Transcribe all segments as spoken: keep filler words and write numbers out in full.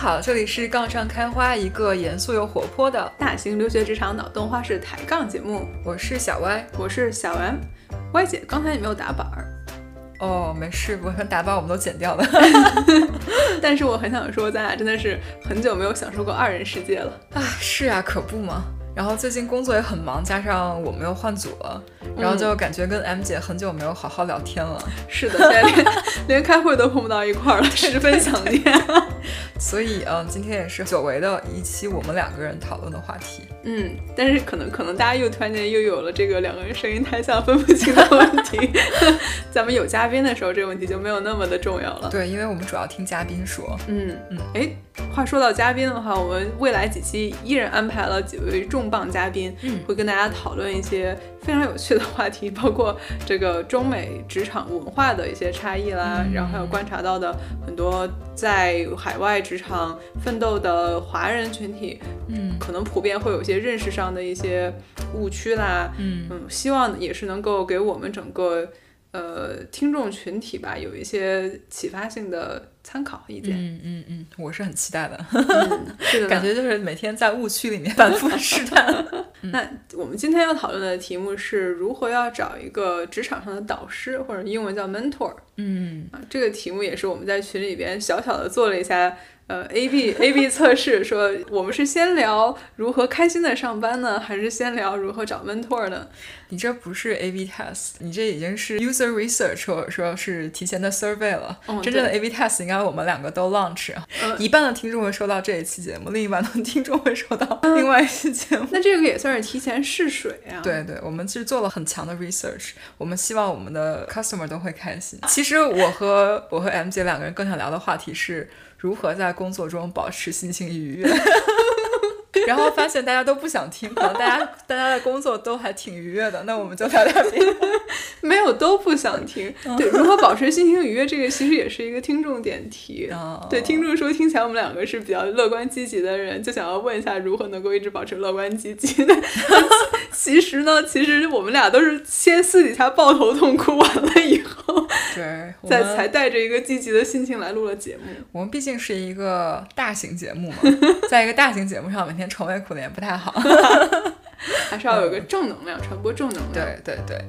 好，这里是杠上开花，一个严肃又活泼的大型留学职场脑洞花式抬杠节目。 我是小歪， 我是小 M。 歪姐刚才也没有打板儿。 哦，没事，我看打板我们都剪掉了但是我很想说，咱俩真的是很久没有享受过二人世界了啊！是啊，可不嘛。然后最近工作也很忙，加上我们又换组了，然后就感觉跟 M 姐很久没有好好聊天了、嗯、 是的，现在连连开会都碰不到一块儿了，十分想念所以嗯，今天也是久违的一期我们两个人讨论的话题。 嗯，但是可能可能大家又突然间又有了这个两个人声音太像分不清的问题咱们有嘉宾的时候这个问题就没有那么的重要了。 对，因为我们主要听嘉宾说。 嗯嗯，哎，话说到嘉宾的话，我们未来几期依然安排了几位重磅嘉宾、嗯、会跟大家讨论一些非常有趣的话题，包括这个中美职场文化的一些差异啦、嗯、然后还有观察到的很多在海外职场奋斗的华人群体，嗯，可能普遍会有一些认识上的一些误区啦，嗯嗯，希望也是能够给我们整个呃听众群体吧有一些启发性的参考意见。 嗯嗯嗯，我是很期待的， 嗯、是的， 感觉就是每天在误区里面反复试探。 那我们今天要讨论的题目是如何要找一个职场上的导师，或者英文叫 mentor。嗯、啊，这个题目也是我们在群里边小小的做了一下呃 A B A B 测试，说我们是先聊如何开心的上班呢，还是先聊如何找 mentor 呢？ 你这不是 A B test， 你这已经是 user research 或者说是提前的 survey 了、哦、真正的 A B test 应该我们两个都 launch、嗯、一半的听众会收到这一期节目，另一半的听众会收到另外一期节目、嗯、 那这个也算是提前试水啊。 对对，我们其实做了很强的 research， 我们希望我们的 customer 都会开心。其实我和我和 M 姐两个人更想聊的话题是如何在工作中保持心情愉悦然后发现大家都不想听，可能大家大家的工作都还挺愉悦的，那我们就聊聊别的。 没有，都不想听。对，如何保持心情愉悦，这个其实也是一个听众点题、哦、对，听众说听起来我们两个是比较乐观积极的人，就想要问一下如何能够一直保持乐观积极的其实呢其实我们俩都是先私底下抱头痛哭完了以后， 对， 再才带着一个积极的心情来录了节目。 我们毕竟是一个大型节目嘛在一个大型节目上每天愁眉苦脸不太好还是要有一个正能量、嗯、传播正能量。 对对对，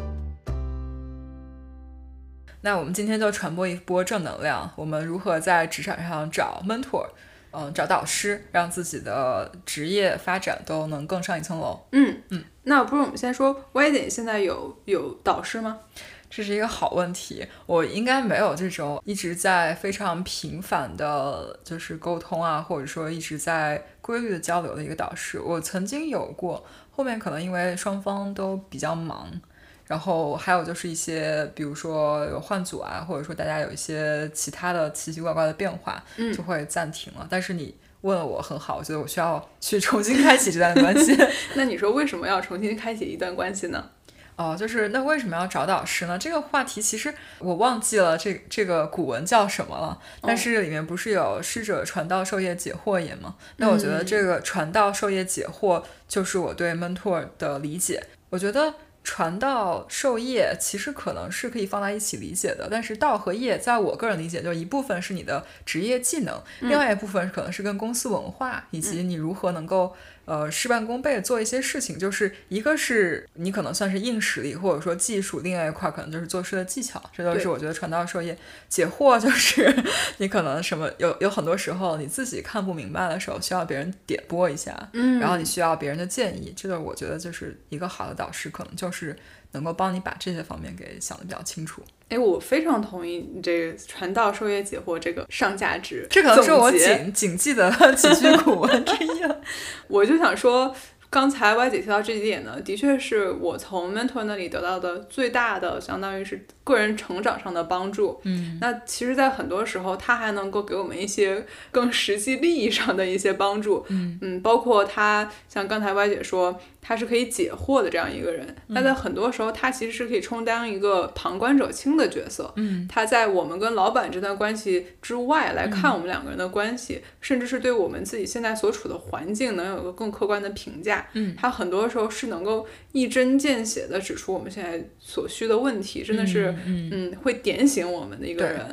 那我们今天就传播一波正能量，我们如何在职场上找 mentor， 嗯，找导师，让自己的职业发展都能更上一层楼。 嗯嗯，那不如我们先说 Y 姐现在有有导师吗？ 这是一个好问题，我应该没有这种一直在非常频繁的就是沟通啊，或者说一直在规律的交流的一个导师。我曾经有过，后面可能因为双方都比较忙，然后还有就是一些比如说有换组啊，或者说大家有一些其他的奇奇怪怪的变化、嗯、就会暂停了。但是你问了我很好，我觉得我需要去重新开启这段关系那你说为什么要重新开启一段关系呢？ 哦，就是那为什么要找导师呢？这个话题其实我忘记了这这个古文叫什么了，但是里面不是有师者传道授业解惑也吗？那我觉得这个传道授业解惑就是我对 mentor 的理解。我觉得传道授业其实可能是可以放在一起理解的，但是道和业在我个人理解就一部分是你的职业技能、嗯、另外一部分可能是跟公司文化以及你如何能够呃，事半功倍的做一些事情，就是一个是你可能算是硬实力或者说技术，另外一块可能就是做事的技巧，这都是我觉得传道授业解惑，就是你可能什么有有很多时候你自己看不明白的时候需要别人点拨一下、嗯、然后你需要别人的建议，这个我觉得就是一个好的导师可能就是能够帮你把这些方面给想得比较清楚。 哎，我非常同意你这个传道授业解惑这个上价值， 这可能是我谨谨记的几句古文之一了我就想说刚才 Y 姐提到这几点呢，的确是我从 mentor 那里得到的最大的相当于是个人成长上的帮助。嗯，那其实在很多时候他还能够给我们一些更实际利益上的一些帮助。嗯嗯，包括他像刚才 Y 姐说他是可以解惑的这样一个人，那、嗯、在很多时候他其实是可以充当一个旁观者清的角色。嗯，他在我们跟老板这段关系之外来看我们两个人的关系、嗯、甚至是对我们自己现在所处的环境能有一个更客观的评价。嗯，他很多时候是能够一针见血的指出我们现在所需的问题，真的是 嗯, 嗯会点醒我们的一个人。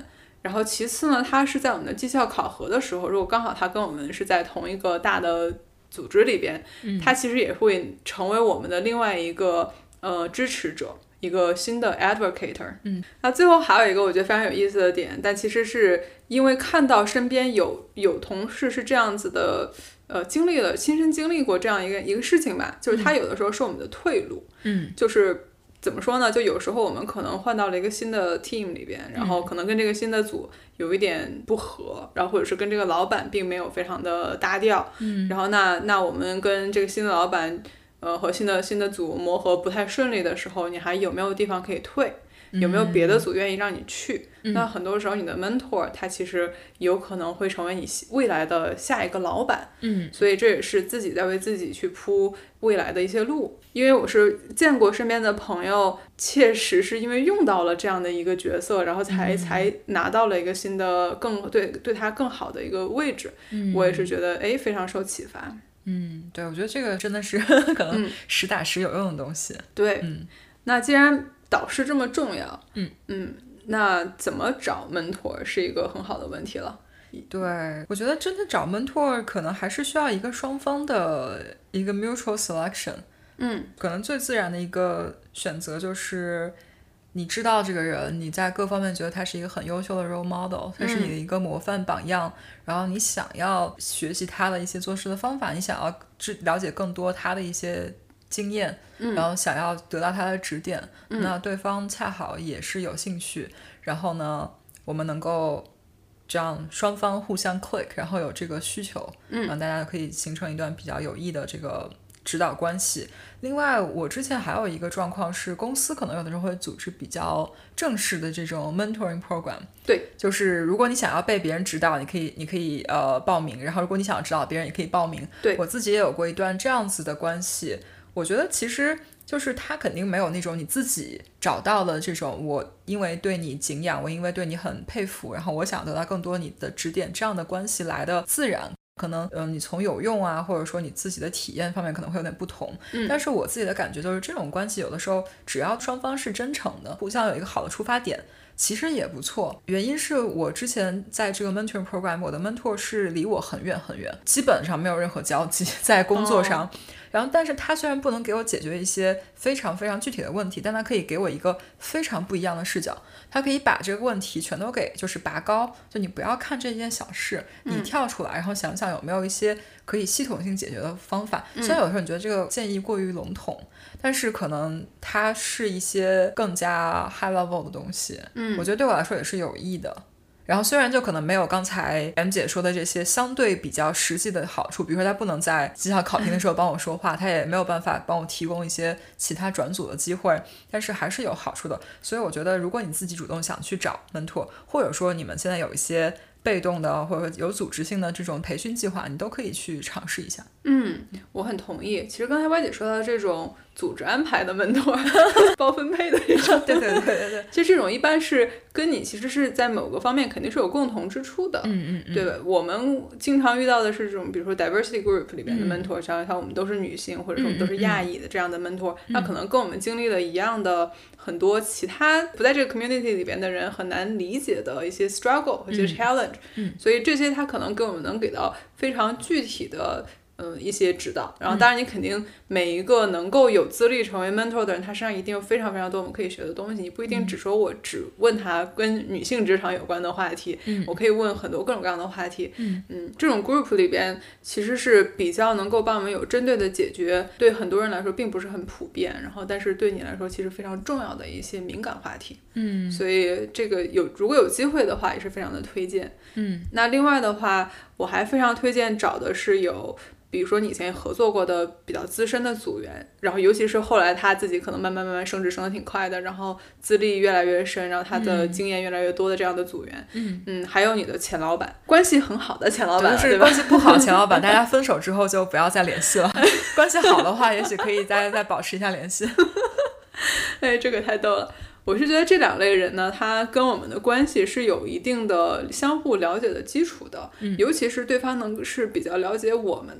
然后其次呢，他是在我们的绩效考核的时候，如果刚好他跟我们是在同一个大的组织里边， 嗯， 他其实也会成为我们的另外一个呃支持者，一个新的 advocator。 嗯， 那最后还有一个我觉得非常有意思的点，但其实是因为看到身边有有同事是这样子的，呃，经历了亲身经历过这样一个一个事情吧，就是他有的时候是我们的退路。 嗯， 就是怎么说呢，就有时候我们可能换到了一个新的 team 里边，然后可能跟这个新的组有一点不合，然后或者是跟这个老板并没有非常的搭调。 嗯， 然后那那我们跟这个新的老板呃和新的新的组磨合不太顺利的时候，你还有没有地方可以退？有没有别的组愿意让你去？ 嗯， 那很多时候你的 mentor 他其实有可能会成为你未来的下一个老板。 嗯， 所以这也是自己在为自己去铺未来的一些路。因为我是见过身边的朋友切实是因为用到了这样的一个角色，然后才、嗯、才拿到了一个新的更对对他更好的一个位置。 嗯， 我也是觉得哎非常受启发。 嗯，对，我觉得这个真的是可能实打实有用的东西。 嗯、对， 嗯， 那既然导师这么重要， 嗯嗯，那怎么找 mentor 是一个很好的问题了。 对，我觉得真的找 mentor 可能还是需要一个双方的一个 mutual selection。 嗯， 可能最自然的一个选择就是你知道这个人，你在各方面觉得他是一个很优秀的 role model， 他是你的一个模范榜样、嗯、然后你想要学习他的一些做事的方法，你想要了解更多他的一些经验、嗯、然后想要得到他的指点、嗯、那对方恰好也是有兴趣，然后呢我们能够这样双方互相 click， 然后有这个需求，嗯，然后大家可以形成一段比较有益的这个指导关系。另外我之前还有一个状况是，公司可能有的时候会组织比较正式的这种 mentoring program。 对， 就是如果你想要被别人指导，你可以你可以呃报名，然后如果你想要指导别人也可以报名。 对， 我自己也有过一段这样子的关系。我觉得其实就是他肯定没有那种你自己找到的这种，我因为对你敬仰，我因为对你很佩服，然后我想得到更多你的指点，这样的关系来的自然。可能嗯、呃，你从有用啊，或者说你自己的体验方面可能会有点不同、嗯、但是我自己的感觉就是这种关系有的时候只要双方是真诚的，互相有一个好的出发点，其实也不错。原因是我之前在这个 mentoring program， 我的 mentor 是离我很远很远，基本上没有任何交集在工作上、哦、然后但是他虽然不能给我解决一些非常非常具体的问题，但他可以给我一个非常不一样的视角，他可以把这个问题全都给就是拔高，就你不要看这件小事、嗯、你跳出来然后想想有没有一些可以系统性解决的方法、嗯、虽然有时候你觉得这个建议过于笼统，但是可能它是一些更加 high level 的东西、嗯、我觉得对我来说也是有益的。然后虽然就可能没有刚才 M 姐说的这些相对比较实际的好处，比如说他不能在绩效考评的时候帮我说话，他也没有办法帮我提供一些其他转组的机会，但是还是有好处的。所以我觉得如果你自己主动想去找 mentor， 或者说你们现在有一些被动的或者有组织性的这种培训计划，你都可以去尝试一下。 嗯，我很同意。其实刚才歪姐说到这种组织安排的 mentor 包分配的这种对对对对对， 其实这种一般是跟你其实是在某个方面肯定是有共同之处的。 嗯嗯嗯， 对吧？我们经常遇到的是这种比如说 diversity group 里边的 mentor， 像、嗯、像我们都是女性或者说我们都是亚裔的这样的 mentor， 嗯、那可能跟我们经历了一样的很多其他不在这个 community 里边的人很难理解的一些 struggle 和一些 challenge， 嗯， 所以这些他可能给我们能给到非常具体的嗯，一些指导。然后当然你肯定每一个能够有资历成为 mentor 的人，他身上一定有非常非常多我们可以学的东西。你不一定只说我只问他跟女性职场有关的话题，嗯，我可以问很多各种各样的话题。嗯嗯，这种 group 里边其实是比较能够帮我们有针对的解决，对很多人来说并不是很普遍，然后但是对你来说其实非常重要的一些敏感话题。嗯，所以这个有如果有机会的话也是非常的推荐。嗯，那另外的话我还非常推荐找的是有比如说你以前合作过的比较资深的组员，然后尤其是后来他自己可能慢慢慢慢升职升得挺快的，然后资历越来越深，然后他的经验越来越多的这样的组员。嗯嗯，还有你的前老板，关系很好的前老板， 就是关系不好的前老板大家分手之后就不要再联系了关系好的话也许可以大家再保持一下联系哎，这个太逗了。我是觉得这两类人呢，他跟我们的关系是有一定的相互了解的基础的，嗯、尤其是对方能是比较了解我们的。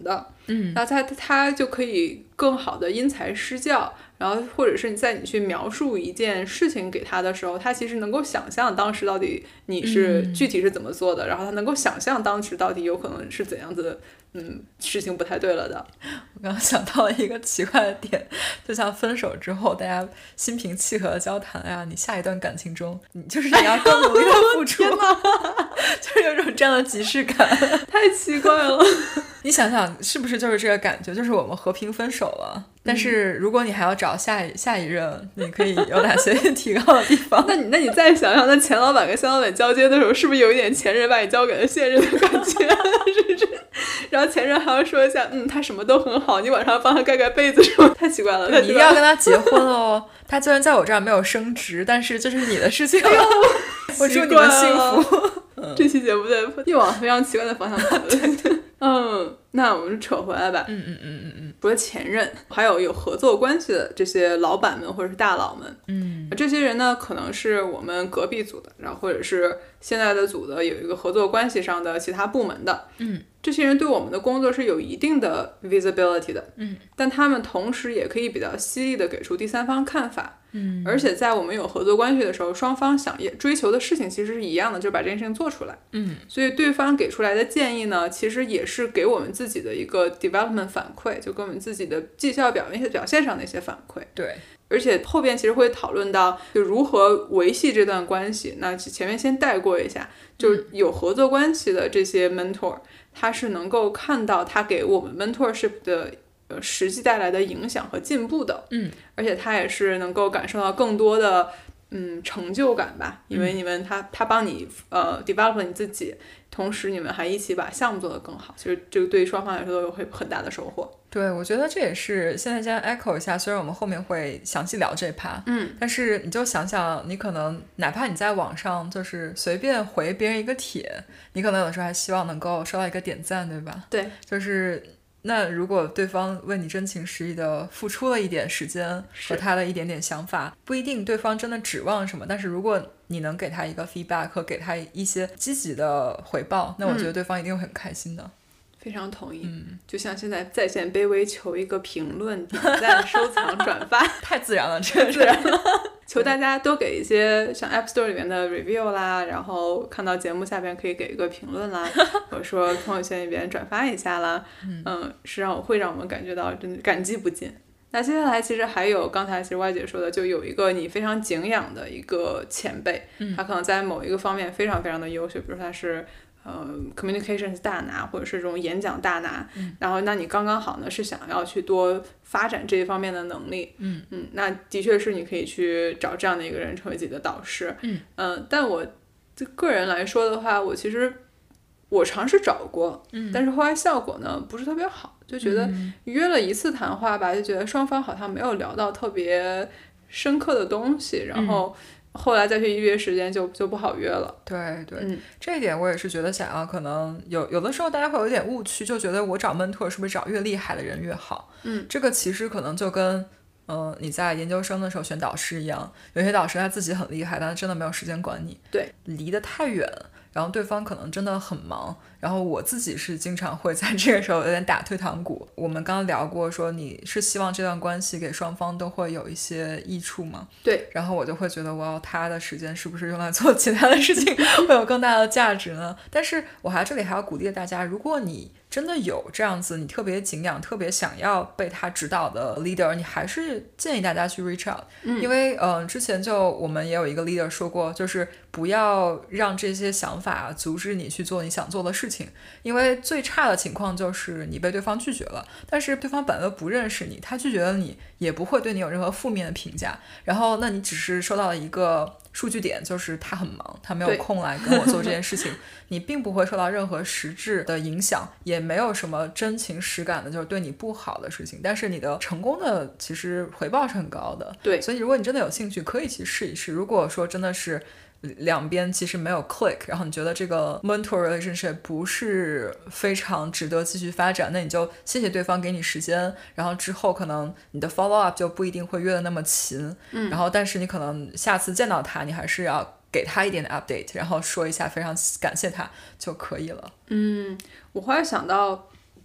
嗯，那他他就可以更好的因材施教，然后或者是你在你去描述一件事情给他的时候，他其实能够想象当时到底你是具体是怎么做的，嗯、然后他能够想象当时到底有可能是怎样的，嗯，事情不太对了的。 我刚刚想到了一个奇怪的点，就像分手之后大家心平气和的交谈呀，你下一段感情中你就是你要更努力的付出， 哎、 就是有种这样的即视感， 太奇怪了。 你想想是不是就是这个感觉，就是我们和平分手了，但是如果你还要找下一下一任，你可以有哪些提高的地方？ 那你那你再想想，那前老板跟新老板交接的时候，是不是有一点前任把你交给了现任的感觉？是不是？然后前任还要说一下，嗯，他什么都很好，你晚上帮他盖盖被子什么，太奇怪了。 你一定要跟他结婚哦，他虽然在我这儿没有升职，但是这是你的事情。哎、我祝你们幸福。 这期节目在又往非常奇怪的方向跑了。嗯，那我们扯回来吧。 嗯嗯嗯嗯嗯。 除了前任，还有有合作关系的这些老板们或者是大佬们。 嗯， 这些人呢，可能是我们隔壁组的，然后或者是现在的组的有一个合作关系上的其他部门的。 嗯， 这些人对我们的工作是有一定的 visibility 的。 嗯， 但他们同时也可以比较犀利的给出第三方看法。 嗯， 而且在我们有合作关系的时候，双方想也追求的事情其实是一样的，就是把这件事情做出来。 嗯， 所以对方给出来的建议呢，其实也是给我们自己的一个 development 反馈，就跟我们自己的绩效表现表现上的一些反馈。 对， 而且后边其实会讨论到就如何维系这段关系。那前面先带过一下，就是有合作关系的这些 mentor， 他是能够看到他给我们 mentorship 的呃，实际带来的影响和进步的。 嗯， 而且他也是能够感受到更多的嗯成就感吧，因为你们他他帮你呃 develop 你自己，同时你们还一起把项目做得更好，其实这个对于双方来说都有会很大的收获。 对，我觉得这也是现在先 echo 一下，虽然我们后面会详细聊这趴， 嗯， 但是你就想想，你可能哪怕你在网上就是随便回别人一个帖，你可能有时候还希望能够收到一个点赞，对吧？ 对， 就是那如果对方为你真情实意的付出了一点时间和他的一点点想法，不一定对方真的指望什么，但是如果你能给他一个 feedback 和给他一些积极的回报，那我觉得对方一定会很开心的。 嗯，非常同意。 嗯， 就像现在在线卑微求一个评论、点赞、收藏、转发， 太自然了，这个自然了。求大家多给一些像 App Store 里面的 review 啦，然后看到节目下边可以给一个评论啦，或者说朋友圈里边转发一下啦，嗯，嗯是让我会让我们感觉到真的感激不尽。那接下来其实还有刚才其实歪姐说的，就有一个你非常敬仰的一个前辈，嗯，他可能在某一个方面非常非常的优秀，比如他是呃 communications 大拿，或者是这种演讲大拿，嗯，然后那你刚刚好呢是想要去多发展这一方面的能力， 嗯嗯，那的确是你可以去找这样的一个人成为自己的导师， 嗯呃、但我个人来说的话，我其实我尝试找过， 嗯， 但是后来效果呢不是特别好，就觉得约了一次谈话吧，就觉得双方好像没有聊到特别深刻的东西，然后后来再去预约时间就就不好约了。 对对、 嗯， 这一点我也是觉得想要可能有有的时候大家会有一点误区，就觉得我找 mentor 是不是找越厉害的人越好， 嗯， 这个其实可能就跟嗯、呃，你在研究生的时候选导师一样，有些导师他自己很厉害，但是真的没有时间管你， 对， 离得太远，然后对方可能真的很忙，然后我自己是经常会在这个时候有点打退堂鼓。我们刚刚聊过说你是希望这段关系给双方都会有一些益处吗？ 对， 然后我就会觉得哇，他的时间是不是用来做其他的事情会有更大的价值呢？但是我还这里还要鼓励大家，如果你真的有这样子你特别敬仰特别想要被他指导的 leader， 你还是建议大家去 reach out，嗯，因为嗯、呃，之前就我们也有一个 leader 说过，就是不要让这些想法阻止你去做你想做的事情，因为最差的情况就是你被对方拒绝了，但是对方本来都不认识你，他拒绝了你也不会对你有任何负面的评价，然后那你只是收到了一个数据点，就是他很忙，他没有空来跟我做这件事情你并不会受到任何实质的影响，也没有什么真情实感的就是对你不好的事情，但是你的成功的其实回报是很高的。 对， 所以如果你真的有兴趣可以去试一试，如果说真的是两边其实没有 click， 然后你觉得这个 mentor relationship 不是非常值得继续发展，那你就谢谢对方给你时间，然后之后可能你的 follow up 就不一定会约的那么勤，嗯，然后但是你可能下次见到他你还是要给他一点的 update， 然后说一下非常感谢他就可以了。 嗯，我后来想到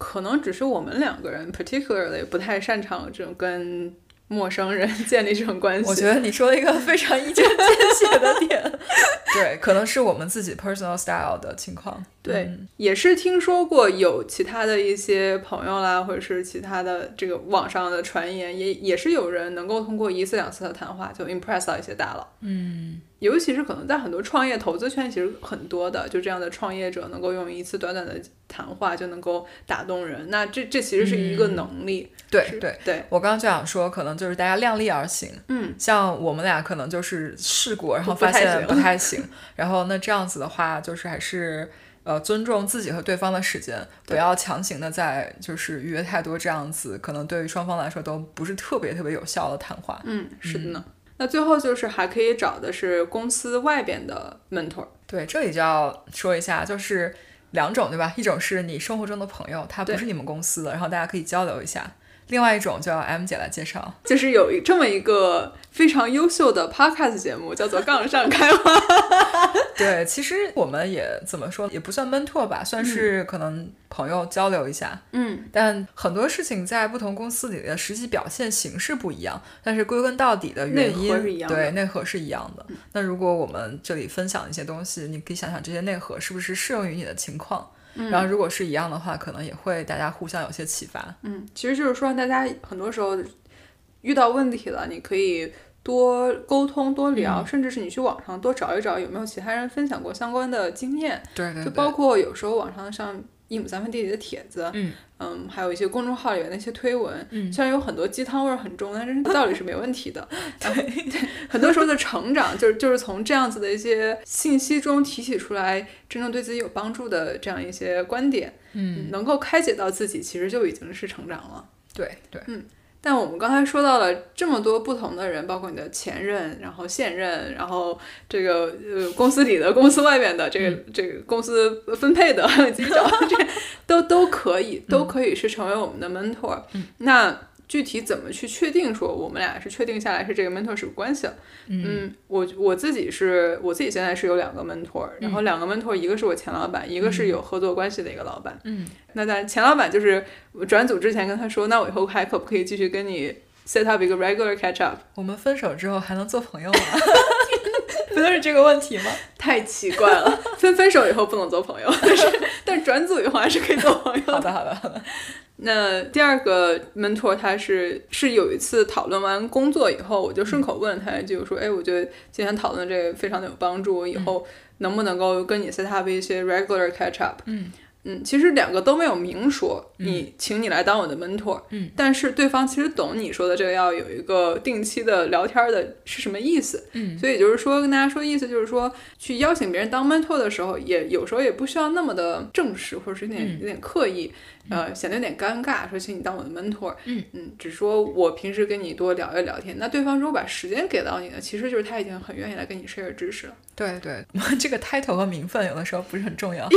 可能只是我们两个人 particularly 不太擅长这种跟陌生人建立这种关系。 我觉得你说了一个非常一针见血的点对，可能是我们自己 personal style 的情况。 对、 嗯、 也是听说过有其他的一些朋友啦，或者是其他的这个网上的传言，也也是有人能够通过一次两次的谈话就 impress 到一些大佬。 嗯， 尤其是可能在很多创业投资圈其实很多的就这样的创业者能够用一次短短的谈话就能够打动人，那这这其实是一个能力、 嗯、对对对， 我刚刚就想说可能就是大家量力而行。 嗯， 像我们俩可能就是试过然后发现不太行然后那这样子的话就是还是呃，尊重自己和对方的时间，不要强行的在就是预约太多这样子可能对于双方来说都不是特别特别有效的谈话。 嗯，是的呢、嗯、那最后就是还可以找的是公司外边的 mentor。 对，这里就要说一下就是两种对吧，一种是你生活中的朋友，他不是你们公司的，然后大家可以交流一下，另外一种就要 M 姐来介绍， 就是有这么一个非常优秀的 podcast 节目叫做杠上开花对，其实我们也怎么说也不算 mentor 吧，算是可能朋友交流一下。 嗯， 但很多事情在不同公司里的实际表现形式不一样，但是归根到底的原因内核是一样的， 对，内核是一样的、嗯、那如果我们这里分享一些东西，你可以想想这些内核是不是适用于你的情况， 嗯、 然后如果是一样的话可能也会大家互相有些启发。 嗯，其实就是说让大家很多时候遇到问题了，你可以多沟通多聊、嗯、甚至是你去网上多找一找有没有其他人分享过相关的经验。 对对对， 就包括有时候网上像一亩三分地里的帖子， 嗯嗯，还有一些公众号里面的一些推文， 嗯， 虽然有很多鸡汤味很重，但是道理是没问题的。对对，很多时候的成长就是就是从这样子的一些信息中提取出来真正对自己有帮助的这样一些观点， 嗯， 能够开解到自己，其实就已经是成长了。 对对， 嗯。但我们刚才说到了这么多不同的人，包括你的前任，然后现任，然后这个呃公司里的、公司外面的，这个、嗯、这个公司分配的，自己找这都都可以，都可以是成为我们的 mentor。 嗯， 那具体怎么去确定说我们俩是确定下来是这个 mentorship 关系了？ 嗯, 嗯，我我自己是我自己现在是有两个 mentor，、嗯、然后两个 mentor， 一个是我前老板，一个是有合作关系的一个老板。 嗯， 那但前老板就是我转组之前跟他说，那我以后还可不可以继续跟你 set up 一个 regular catch up？ 我们分手之后还能做朋友吗？不就是这个问题吗？ 太奇怪了，分分手以后不能做朋友，但是但是转组以后还是可以做朋友的。 好的好的好的。 那第二个 mentor 他是是有一次讨论完工作以后，我就顺口问他一句，我说哎，我觉得今天讨论这个非常的有帮助，以后能不能够跟你 set up 一些 regular catch up？ 嗯嗯，其实两个都没有明说，你请你来当我的 mentor， 嗯， 但是对方其实懂你说的这个要有一个定期的聊天的是什么意思， 嗯， 所以就是说跟大家说意思就是说去邀请别人当 mentor 的时候，也有时候也不需要那么的正式，或者是有点、嗯、有点刻意，呃，显得有点尴尬，说请你当我的 mentor， 嗯嗯，只说我平时跟你多聊一聊天，那对方如果把时间给到你了，其实就是他已经很愿意来跟你 share 知识了。 对对，这个 title 和名分有的时候不是很重要。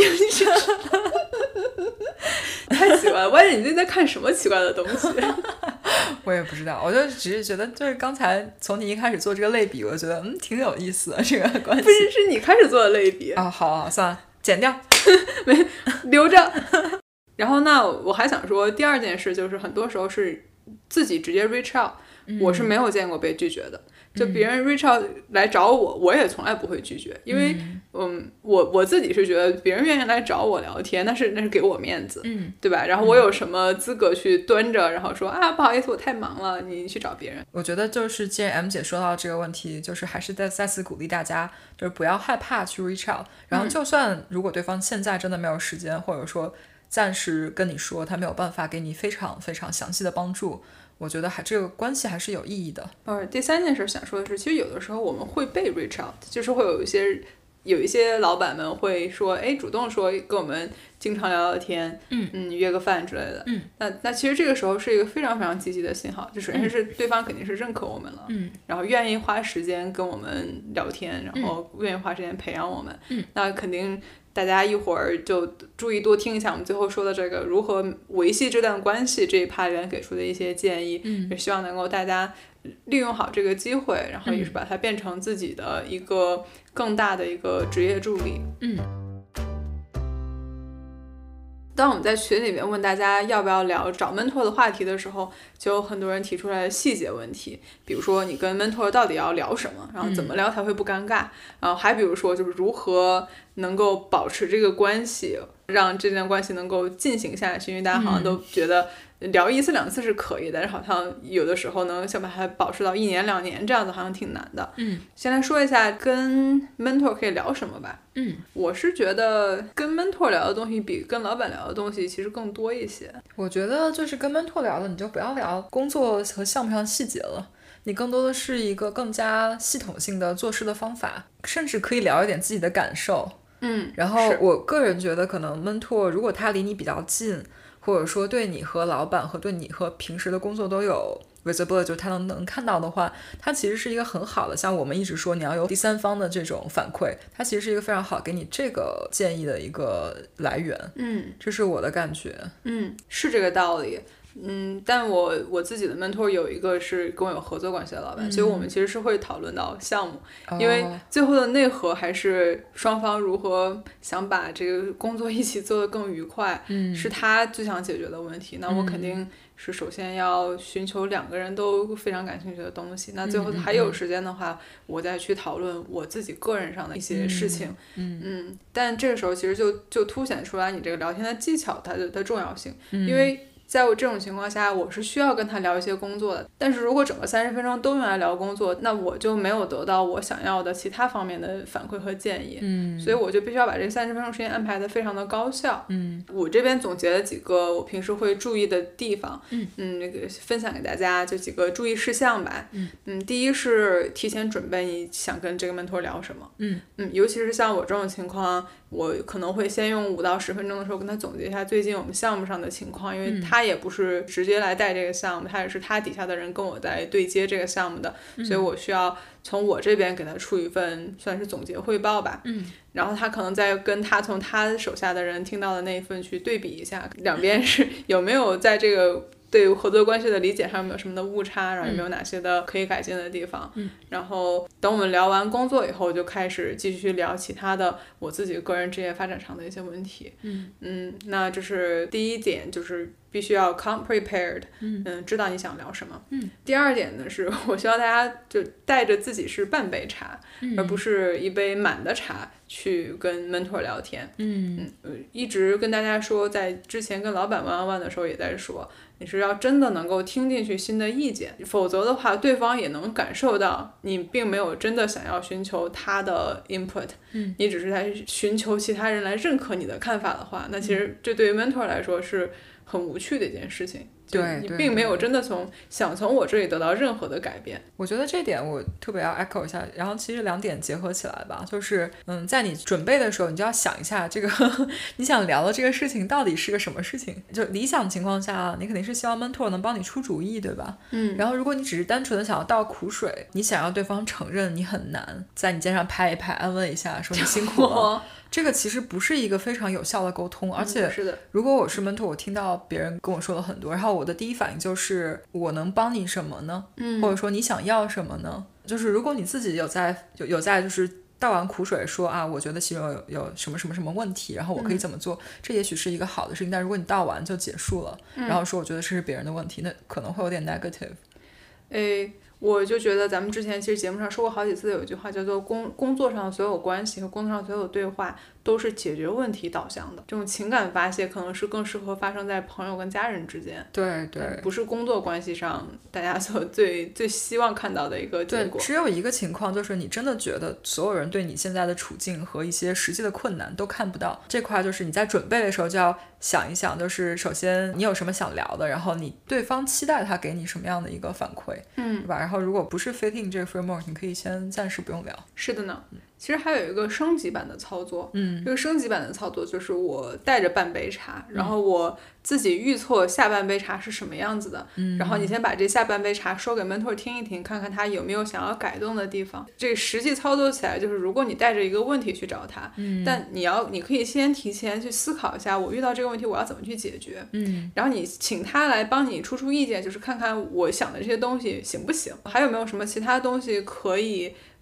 太奇怪了，关键你最近在看什么奇怪的东西？ 我也不知道，我就只是觉得，就是刚才从你一开始做这个类比，我就觉得嗯挺有意思的这个关系。 不是，是你开始做的类比啊、哦？好好算了，剪掉， 没留着。然后那我还想说，第二件事就是很多时候是自己直接 reach out，、嗯、我是没有见过被拒绝的。就别人 reach out 来找我，我也从来不会拒绝，因为嗯，嗯我我自己是觉得别人愿意来找我聊天，那是那是给我面子， 嗯， 对吧？然后我有什么资格去端着，然后说啊不好意思，我太忙了，你去找别人。 我觉得就是既然 M 姐说到这个问题，就是还是再再次鼓励大家，就是不要害怕去 reach out， 然后就算如果对方现在真的没有时间，或者说暂时跟你说他没有办法给你非常非常详细的帮助，我觉得还这个关系还是有意义的。 呃，第三件事想说的是，其实有的时候我们会被 reach out， 就是会有一些有一些老板们会说，哎，主动说跟我们经常聊聊天， 嗯嗯，约个饭之类的， 嗯， 那那其实这个时候是一个非常非常积极的信号，就首先是对方肯定是认可我们了， 嗯， 然后愿意花时间跟我们聊天，然后愿意花时间培养我们， 嗯， 那肯定。大家一会儿就注意多听一下我们最后说的这个如何维系这段关系这一趴里面给出的一些建议， 嗯， 也希望能够大家利用好这个机会，然后也是把它变成自己的一个更大的一个职业助力。 嗯， 当我们在群里面问大家要不要聊找 mentor 的话题的时候，就有很多人提出来细节问题，比如说你跟 mentor 到底要聊什么，然后怎么聊才会不尴尬、嗯、然后还比如说就是如何能够保持这个关系，让这段关系能够进行下去，因为大家好像都觉得聊一次两次是可以的，但是好像有的时候能想把它保持到一年两年这样子好像挺难的。 嗯， 先来说一下跟 mentor 可以聊什么吧。 嗯， 我是觉得跟 mentor 聊的东西比跟老板聊的东西其实更多一些。 我觉得就是跟 mentor 聊的你就不要聊工作和项目上细节了，你更多的是一个更加系统性的做事的方法，甚至可以聊一点自己的感受。 嗯， 然后我个人觉得可能 mentor 如果他离你比较近，或者说对你和老板和对你和平时的工作都有 visibility， 就是他能能看到的话，它其实是一个很好的，像我们一直说你要有第三方的这种反馈，它其实是一个非常好给你这个建议的一个来源。 嗯， 这是我的感觉。 嗯，是这个道理。嗯，但我我自己的 mentor 有一个是跟我有合作关系的老板、嗯、所以我们其实是会讨论到项目、哦、因为最后的内核还是双方如何想把这个工作一起做得更愉快、嗯、是他最想解决的问题，那我肯定是首先要寻求两个人都非常感兴趣的东西，那最后还有时间的话、嗯、我再去讨论我自己个人上的一些事情。 嗯嗯, 嗯但这个时候其实就就凸显出来你这个聊天的技巧它的它重要性、嗯、因为在我这种情况下我是需要跟他聊一些工作的，但是如果整个三十分钟都用来聊工作，那我就没有得到我想要的其他方面的反馈和建议。 嗯， 所以我就必须要把这三十分钟时间安排的非常的高效。 嗯， 我这边总结了几个我平时会注意的地方， 嗯嗯，那个分享给大家就几个注意事项吧。 嗯嗯，第一是提前准备你想跟这个 mentor 聊什么。 嗯嗯，尤其是像我这种情况，我可能会先用五到十分钟的时候跟他总结一下最近我们项目上的情况，因为他也不是直接来带这个项目，他也是他底下的人跟我在对接这个项目的、嗯、所以我需要从我这边给他出一份算是总结汇报吧。 嗯， 然后他可能再跟他从他手下的人听到的那一份去对比一下，两边是有没有在这个对合作关系的理解上有没有什么的误差，然后有没有哪些的可以改进的地方、 嗯、 然后等我们聊完工作以后就开始继续聊其他的我自己个人职业发展上的一些问题。 嗯嗯，那这是第一点，就是必须要 come prepared， 嗯, 嗯知道你想聊什么。 嗯， 第二点呢是我希望大家就带着自己是半杯茶、 嗯、 而不是一杯满的茶去跟 mentor 聊天。 嗯嗯，一直跟大家说，在之前跟老板玩玩玩的时候也在说，你是要真的能够听进去新的意见，否则的话对方也能感受到你并没有真的想要寻求他的 input， 嗯， 你只是在寻求其他人来认可你的看法的话，那其实这对于 mentor 来说是很无趣的一件事情。 对， 你并没有真的从想从我这里得到任何的改变。 我觉得这点我特别要 echo 一下，然后其实两点结合起来吧，就是嗯，在你准备的时候你就要想一下这个你想聊的这个事情到底是个什么事情，就理想情况下你肯定是希望 mentor 能帮你出主意，对吧？ 嗯， 然后如果你只是单纯的想要倒苦水，你想要对方承认你很难，在你肩上拍一拍安慰一下说你辛苦了这个其实不是一个非常有效的沟通，而且如果我是 mentor， 我听到别人跟我说了很多，然后我的第一反应就是我能帮你什么呢？ 嗯， 或者说你想要什么呢？就是如果你自己有在有有在就是倒完苦水说啊，我觉得其中有有什么什么什么问题，然后我可以怎么做、嗯、这也许是一个好的事情，但如果你倒完就结束了、嗯、然后说我觉得这是别人的问题，那可能会有点 negative。 诶，我就觉得咱们之前其实节目上说过好几次，有一句话叫做工工作上所有关系和工作上所有对话都是解决问题导向的，这种情感发泄可能是更适合发生在朋友跟家人之间。 对对， 不是工作关系上大家所最最希望看到的一个结果。 对，只有一个情况，就是你真的觉得所有人对你现在的处境和一些实际的困难都看不到，这块就是你在准备的时候就要想一想，就是首先你有什么想聊的，然后你对方期待他给你什么样的一个反馈， 嗯， 对吧？然后如果不是 fit in 这个 framework， 你可以先暂时不用聊。 是的呢，其实还有一个升级版的操作， 嗯， 这个升级版的操作就是我带着半杯茶，然后我自己预测下半杯茶是什么样子的， 嗯， 然后你先把这下半杯茶说给 mentor 听一听，看看他有没有想要改动的地方。这个实际操作起来就是如果你带着一个问题去找他， 嗯， 但你要你可以先提前去思考一下我遇到这个问题我要怎么去解决， 嗯， 然后你请他来帮你出出意见，就是看看我想的这些东西行不行，还有没有什么其他东西可以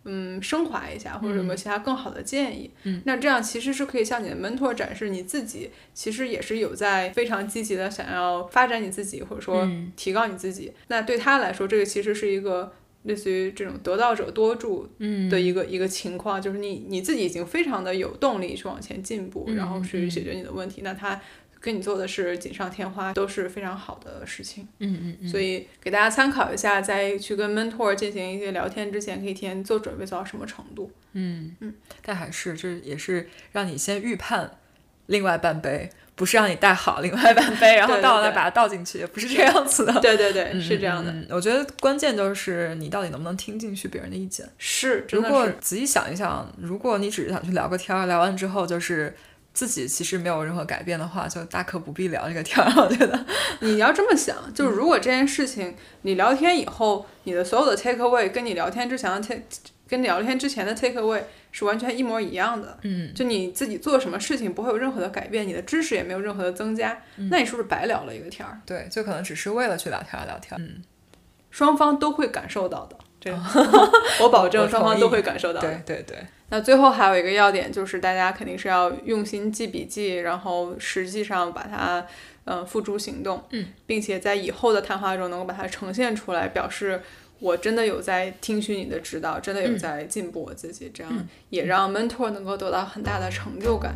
嗯升华一下，或者有没有其他更好的建议。 嗯， 那这样其实是可以向你的 mentor 展示你自己其实也是有在非常积极的想要发展你自己，或者说提高你自己。嗯、那对他来说，这个其实是一个类似于这种得道者多助的一个、嗯、一个情况，就是你你自己已经非常的有动力去往前进步， 嗯、 然后去解决你的问题。嗯、那他跟你做的是锦上添花，都是非常好的事情。 嗯嗯嗯。 所以给大家参考一下，在去跟 mentor 进行一些聊天之前，可以提前做准备，做到什么程度。 嗯嗯。但还是这也是让你先预判另外半杯，不是让你带好另外半杯，然后到了那把它倒进去，也不是这样子的。 对对对， 嗯、 是这样的、 嗯。我觉得关键就是你到底能不能听进去别人的意见。 是，真的是。 如果仔细想一想，如果你只是想去聊个天，聊完之后就是自己其实没有任何改变的话，就大可不必聊这个天儿。我觉得你要这么想，就是如果这件事情、嗯、你聊天以后，你的所有的 take away 跟你聊天之前的 take 跟你聊天之前的 take away 是完全一模一样的。 嗯， 就你自己做什么事情不会有任何的改变，你的知识也没有任何的增加， 嗯、 那你是不是白聊了一个天儿？ 对，就可能只是为了去聊天聊天。嗯， 双方都会感受到的。这样我保证双方都会感受到的。 对对对。 那最后还有一个要点，就是大家肯定是要用心记笔记，然后实际上把它呃付诸行动， 嗯， 并且在以后的谈话中能够把它呈现出来，表示我真的有在听取你的指导，真的有在进步我自己，嗯、这样也让 mentor 能够得到很大的成就感。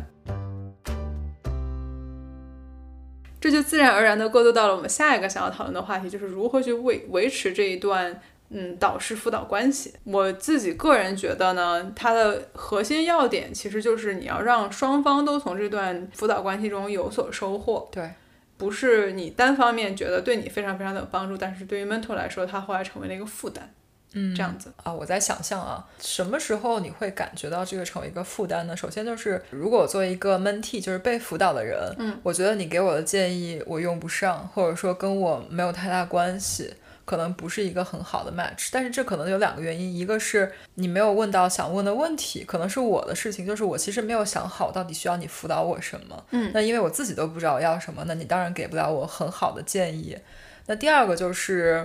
这就自然而然的过渡到了我们下一个想要讨论的话题，就是如何去维维持这一段嗯导师辅导关系。我自己个人觉得呢，它的核心要点其实就是你要让双方都从这段辅导关系中有所收获。 对， 不是你单方面觉得对你非常非常的有帮助，但是对于 mentor 来说，他后来成为了一个负担。 嗯， 这样子啊，我在想象啊，什么时候你会感觉到这个成为一个负担呢？首先就是如果作为一个 mentee 就是被辅导的人， 嗯， 我觉得你给我的建议我用不上，或者说跟我没有太大关系，可能不是一个很好的 match。但是这可能有两个原因，一个是你没有问到想问的问题，可能是我的事情，就是我其实没有想好到底需要你辅导我什么， 嗯， 那因为我自己都不知道我要什么，那你当然给不了我很好的建议。那第二个就是，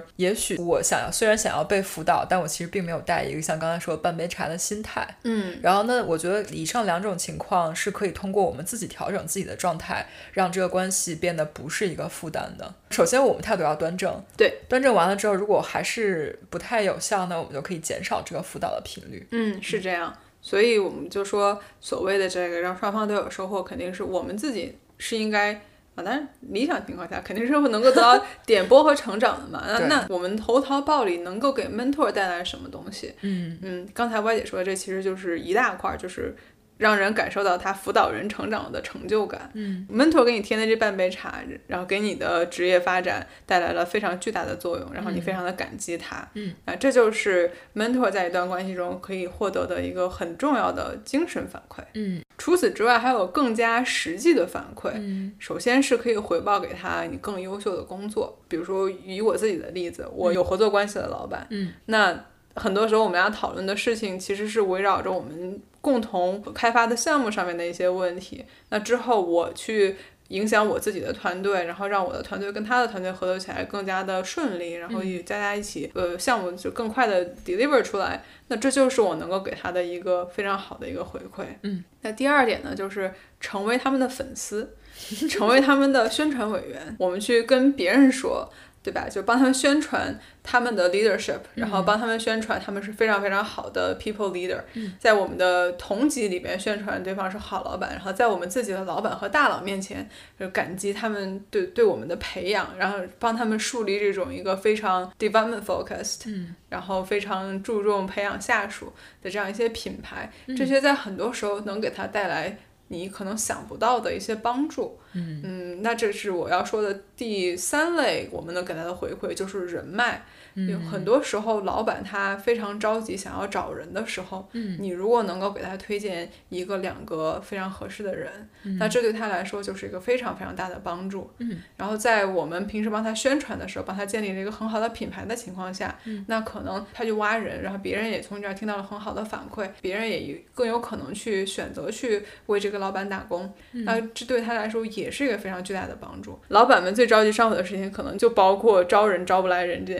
也许我想要，虽然想要被辅导，但我其实并没有带一个像刚才说的半杯茶的心态。 嗯， 然后呢，我觉得以上两种情况是可以通过我们自己调整自己的状态，让这个关系变得不是一个负担的。首先，我们态度要端正。 对， 端正完了之后，如果还是不太有效，那我们就可以减少这个辅导的频率。 嗯，是这样。所以我们就说，所谓的这个让双方都有收获，肯定是我们自己是应该。啊，当然理想情况下肯定是会能够得到点拨和成长的嘛。那那我们投桃报李能够给 mentor 带来什么东西？ 嗯嗯，刚才歪姐说的这其实就是一大块，就是让人感受到他辅导人成长的成就感。 嗯 mentor 给你添的这半杯茶，然后给你的职业发展带来了非常巨大的作用，然后你非常的感激他。 嗯， 啊，这就是 mentor 在一段关系中可以获得的一个很重要的精神反馈。 嗯， 除此之外还有更加实际的反馈。 嗯， 首先是可以回报给他你更优秀的工作，比如说以我自己的例子，我有合作关系的老板。 嗯， 那很多时候我们要讨论的事情其实是围绕着我们共同开发的项目上面的一些问题，那之后我去影响我自己的团队，然后让我的团队跟他的团队合作起来更加的顺利，然后与大家一起、嗯、呃项目就更快的 deliver 出来，那这就是我能够给他的一个非常好的一个回馈。 嗯， 那第二点呢，就是成为他们的粉丝，成为他们的宣传委员，我们去跟别人说，对吧？就帮他们宣传他们的 leadership， 然后帮他们宣传他们是非常非常好的 people leader， 嗯， 在我们的同级里边宣传对方是好老板，然后在我们自己的老板和大佬面前就感激他们对对我们的培养，然后帮他们树立这种一个非常 development focused， 嗯， 然后非常注重培养下属的这样一些品牌，这些在很多时候能给他带来你可能想不到的一些帮助。 嗯嗯，那这是我要说的第三类我们能给他的回馈，就是人脉。有很多时候老板他非常着急想要找人的时候， 嗯， 你如果能够给他推荐一个两个非常合适的人， 嗯， 那这对他来说就是一个非常非常大的帮助。 嗯， 然后在我们平时帮他宣传的时候，帮他建立了一个很好的品牌的情况下， 嗯， 那可能他就挖人，然后别人也从这儿听到了很好的反馈，别人也更有可能去选择去为这个老板打工， 嗯， 那这对他来说也是一个非常巨大的帮助。老板们最着急上火的事情可能就包括招人招不来人这件事情，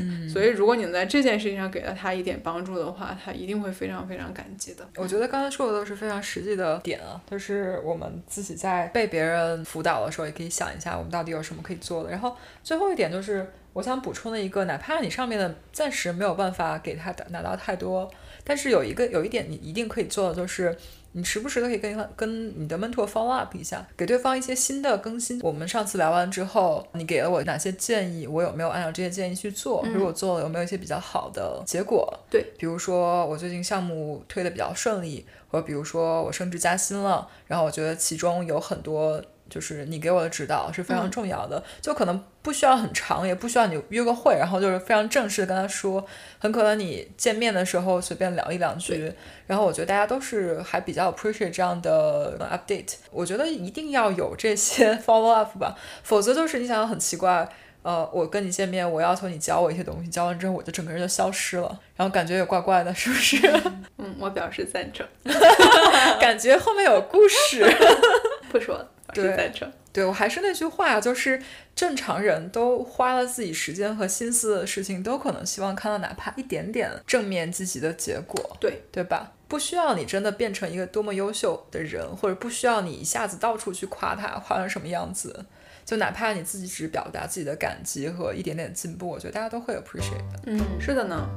情、嗯、所以如果你能在这件事情上给了他一点帮助的话，他一定会非常非常感激的。 我觉得刚才说的都是非常实际的点啊，就是我们自己在被别人辅导的时候也可以想一下我们到底有什么可以做的。然后最后一点就是我想补充的一个，哪怕你上面的暂时没有办法给他拿到太多，但是有一个有一点你一定可以做的，就是你时不时的可以跟跟你的 mentor follow up 一下，给对方一些新的更新。我们上次聊完之后，你给了我哪些建议，我有没有按照这些建议去做、嗯、如果做了有没有一些比较好的结果。 对， 比如说我最近项目推的比较顺利，或者比如说我升职加薪了，然后我觉得其中有很多就是你给我的指导是非常重要的、嗯、就可能不需要很长，也不需要你约个会然后就是非常正式的跟他说，很可能你见面的时候随便聊一两句，然后我觉得大家都是还比较 appreciate 这样的 update。 我觉得一定要有这些 follow up 吧，否则就是你想想很奇怪，呃，我跟你见面，我要求你教我一些东西，教完之后我就整个人就消失了，然后感觉也怪怪的，是不是？ 嗯，我表示赞成。 感觉后面有故事。 不说了，表示赞成。 对，我还是那句话，就是正常人都花了自己时间和心思的事情，都可能希望看到哪怕一点点正面积极的结果， 对对吧？不需要你真的变成一个多么优秀的人，或者不需要你一下子到处去夸他，夸成什么样子，就哪怕你自己只表达自己的感激和一点点进步，我觉得大家都会 appreciate 的。 嗯，是的呢。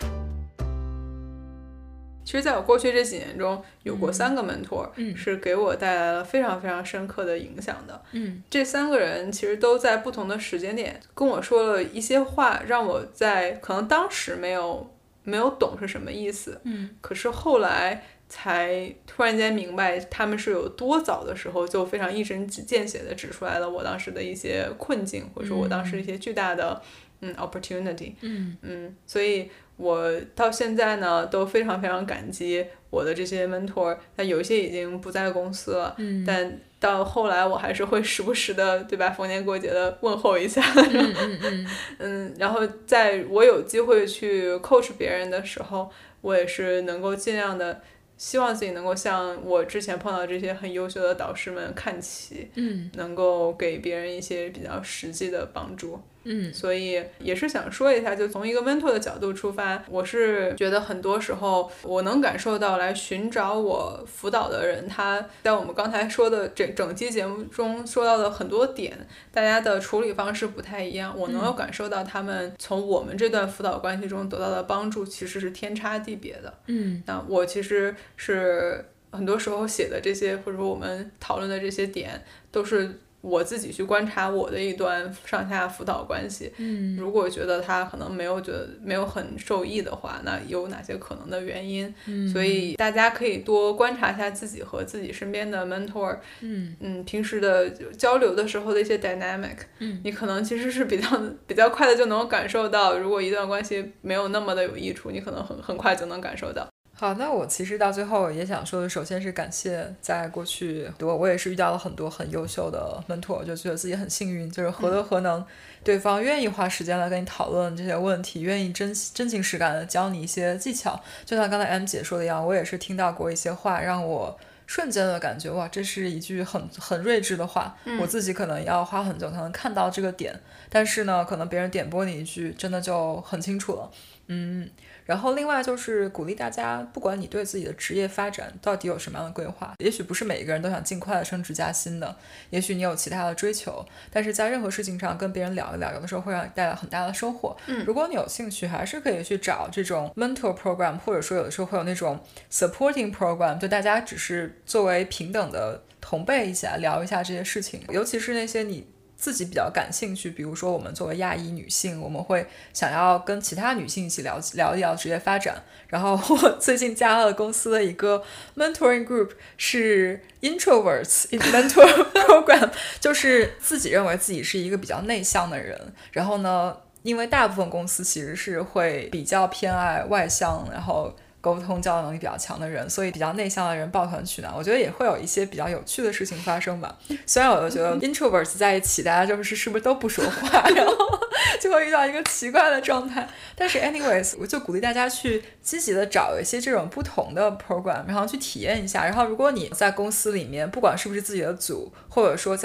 其实在我过去这几年中有过三个 mentor、嗯、是给我带来了非常非常深刻的影响的、嗯、这三个人其实都在不同的时间点跟我说了一些话，让我在可能当时没有没有懂是什么意思、嗯、可是后来才突然间明白他们是有多早的时候就非常一针见血的指出来了我当时的一些困境，或者说我当时一些巨大的嗯 opportunity。 嗯嗯，所以我到现在呢都非常非常感激我的这些 mentor， 但有一些已经不在公司了、嗯、但到后来我还是会时不时的对吧逢年过节的问候一下。嗯嗯嗯嗯，然后在我有机会去 coach 别人的时候，我也是能够尽量的希望自己能够向我之前碰到这些很优秀的导师们看齐，嗯，能够给别人一些比较实际的帮助。嗯，所以也是想说一下，就从一个 mentor 的角度出发，我是觉得很多时候我能感受到来寻找我辅导的人，他在我们刚才说的整整期节目中说到的很多点，大家的处理方式不太一样，我能够感受到他们从我们这段辅导关系中得到的帮助其实是天差地别的。嗯，那我其实是很多时候写的这些或者说我们讨论的这些点都是我自己去观察我的一段上下辅导关系，嗯，如果觉得他可能没有觉得没有很受益的话，那有哪些可能的原因？嗯，所以大家可以多观察一下自己和自己身边的 mentor， 嗯嗯，平时的交流的时候的一些 dynamic， 嗯，你可能其实是比较比较快的就能够感受到，如果一段关系没有那么的有益处，你可能很很快就能感受到。 好，那我其实到最后也想说的，首先是感谢在过去我我也是遇到了很多很优秀的 mentor， 就觉得自己很幸运，就是何德何能、嗯、对方愿意花时间来跟你讨论这些问题，愿意真真情实感的教你一些技巧。就像刚才 M 姐说的一样，我也是听到过一些话让我瞬间的感觉哇，这是一句很很睿智的话、嗯、我自己可能要花很久才能看到这个点，但是呢可能别人点拨你一句真的就很清楚了。嗯，然后另外就是鼓励大家，不管你对自己的职业发展到底有什么样的规划，也许不是每一个人都想尽快的升职加薪的，也许你有其他的追求，但是在任何事情上跟别人聊一聊，有的时候会让你带来很大的收获。嗯，如果你有兴趣，还是可以去找这种 mentor program， 或者说有的时候会有那种 supporting program， 就大家只是作为平等的同辈一起来聊一下这些事情，尤其是那些你自己比较感兴趣，比如说我们作为亚裔女性，我们会想要跟其他女性一起聊聊一聊职业发展。然后我最近加了公司的一个 mentoring group， 是 introverts in mentor program， 就是自己认为自己是一个比较内向的人，然后呢因为大部分公司其实是会比较偏爱外向，然后沟通交流能力比较强的人，所以比较内向的人抱团取暖，我觉得也会有一些比较有趣的事情发生吧。虽然我就觉得 introverts 在一起大家就是是不是都不说话，然后就会遇到一个奇怪的状态，但是 anyways 我就鼓励大家去积极的找一些这种不同的 program， 然后去体验一下。然后如果你在公司里面不管是不是自己的组，或者说在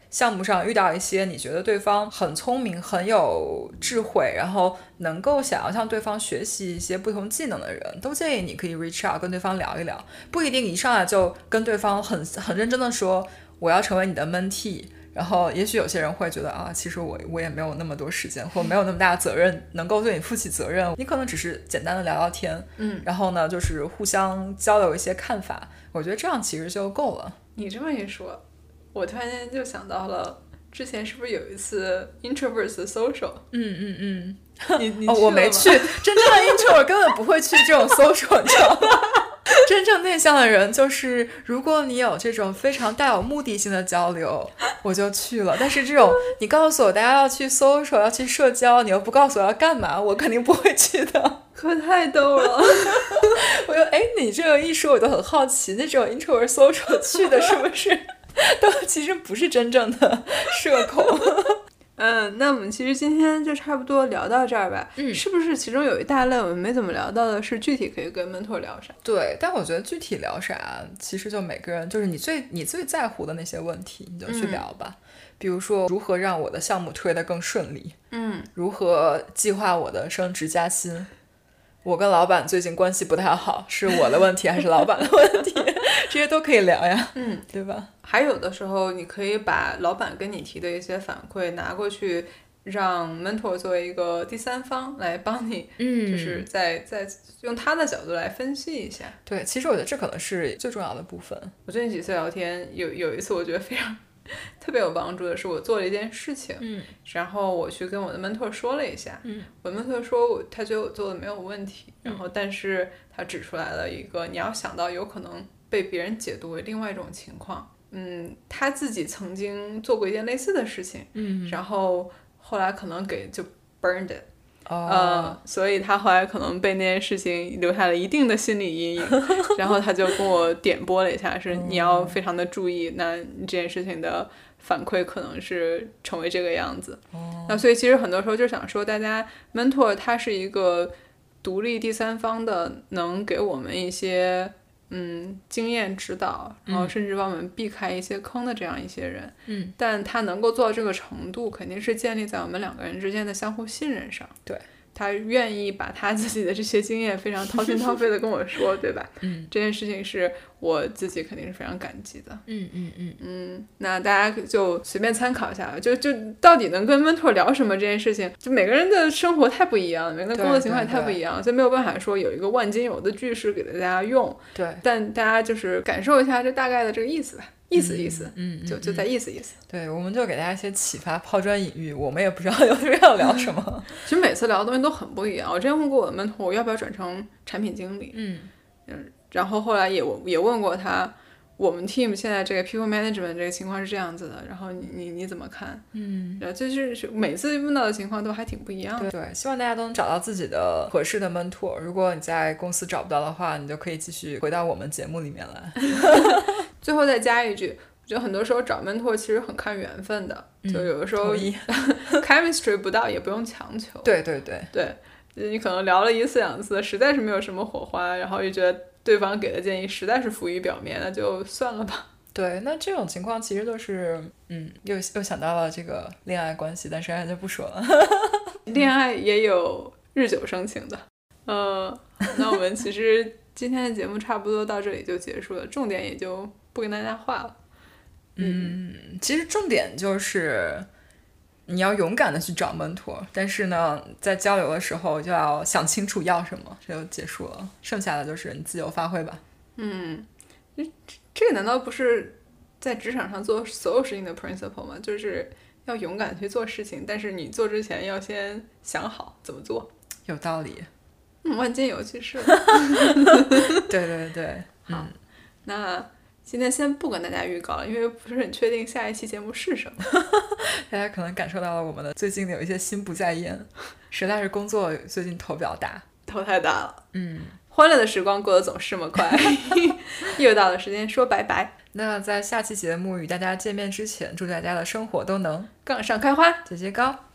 项目上遇到一些你觉得对方很聪明很有智慧，然后能够想要向对方学习一些不同技能的人，都建议你可以 reach out 跟对方聊一聊，不一定一上来就跟对方很很认真的说我要成为你的 mentee，然后也许有些人会觉得啊，其实我我也没有那么多时间，或没有那么大的责任能够对你负起责任，你可能只是简单的聊聊天， 嗯， 然后呢就是互相交流一些看法，我觉得这样其实就够了。 你这么一说，我突然间就想到了之前是不是有一次 introverts social。 嗯嗯嗯， 你你哦，我没去，真正的 introvert 根本不会去这种 social， 你知道吗？真正内向的人就是如果你有这种非常带有目的性的交流我就去了，但是这种你告诉我大家要去 social 要去社交，你又不告诉我要干嘛，我肯定不会去的。 可太逗了。 我就哎，你这个一说我都很好奇，那种 introvert social 去的是不是都其实不是真正的社恐。 嗯，那我们其实今天就差不多聊到这儿吧。嗯，是不是其中有一大类我们没怎么聊到的是具体可以跟 mentor 聊啥？ 对，但我觉得具体聊啥其实就每个人就是你最你最在乎的那些问题你就去聊吧、嗯、比如说如何让我的项目推得更顺利， 嗯， 如何计划我的升职加薪，我跟老板最近关系不太好，是我的问题还是老板的问题这些都可以聊呀， 嗯， 对吧？ 还有的时候你可以把老板跟你提的一些反馈拿过去让 mentor 作为一个第三方来帮你，嗯，就是在在用他的角度来分析一下。 对，其实我觉得这可能是最重要的部分。 我最近几次聊天有有一次我觉得非常特别有帮助的是我做了一件事情，嗯，然后我去跟我的 mentor 说了一下，嗯，我的 mentor 说我他觉得我做的没有问题，然后但是他指出来了一个你要想到有可能被别人解读为另外一种情况。嗯，他自己曾经做过一件类似的事情，嗯，然后后来可能给就 burned it， 哦、呃，所以他后来可能被那件事情留下了一定的心理阴影，然后他就跟我点拨了一下，是你要非常的注意，那这件事情的反馈可能是成为这个样子。哦，那所以其实很多时候就想说，大家 mentor 他是一个独立第三方的，能给我们一些。嗯，经验指导，然后甚至帮我们避开一些坑的这样一些人，嗯，但他能够做到这个程度，肯定是建立在我们两个人之间的相互信任上。对，他愿意把他自己的这些经验非常掏心掏肺的跟我说，对吧？嗯，这件事情是我自己肯定是非常感激的。嗯嗯嗯嗯，那大家就随便参考一下，就就到底能跟 mentor 聊什么这件事情，就每个人的生活太不一样了，每个人的工作情况也太不一样了，所以没有办法说有一个万金油的句式给大家用。对，但大家就是感受一下这大概的这个意思吧。意思意思，嗯，就就在意思意思。 对，我们就给大家一些启发，抛砖引玉。我们也不知道有没有聊什么、嗯。 其实每次聊的东西都很不一样。我之前问过我的 mentor， 我要不要转成产品经理？嗯嗯，然后后来也也问过他，我们 team 现在这个 people management 这个情况是这样子的，然后你你你怎么看？嗯，然后就是每次问到的情况都还挺不一样的。 对对，希望大家都能找到自己的合适的 mentor。如果你在公司找不到的话，你就可以继续回到我们节目里面来。 最后再加一句，我觉得很多时候找 mentor 其实很看缘分的，嗯、就有的时候 chemistry 不到也不用强求。 对对对对，你可能聊了一次两次，实在是没有什么火花，然后又觉得对方给的建议实在是浮于表面，那就算了吧。 对，那这种情况其实都是，嗯，又又想到了这个恋爱关系，但是还就不说了。 恋爱也有日久生情的。呃，那我们其实今天的节目差不多到这里就结束了，重点也就不跟大家话了。 嗯，其实重点就是你要勇敢的去找 mentor， 但是呢在交流的时候就要想清楚要什么，这就结束了，剩下的就是你自由发挥吧。 嗯，这个难道不是在职场上做所有事情的 principle 吗？就是要勇敢去做事情，但是你做之前要先想好怎么做。 有道理。 嗯，万金油其实对对对， 好、嗯、那今天先不跟大家预告了，因为不是很确定下一期节目是什么。 大家可能感受到了我们的最近有一些心不在焉，实在是工作最近头比较大， 头太大了。 嗯， 欢乐的时光过得总是这么快。又到了时间说拜拜。 那在下期节目与大家见面之前，祝大家的生活都能杠上开花， 节节高。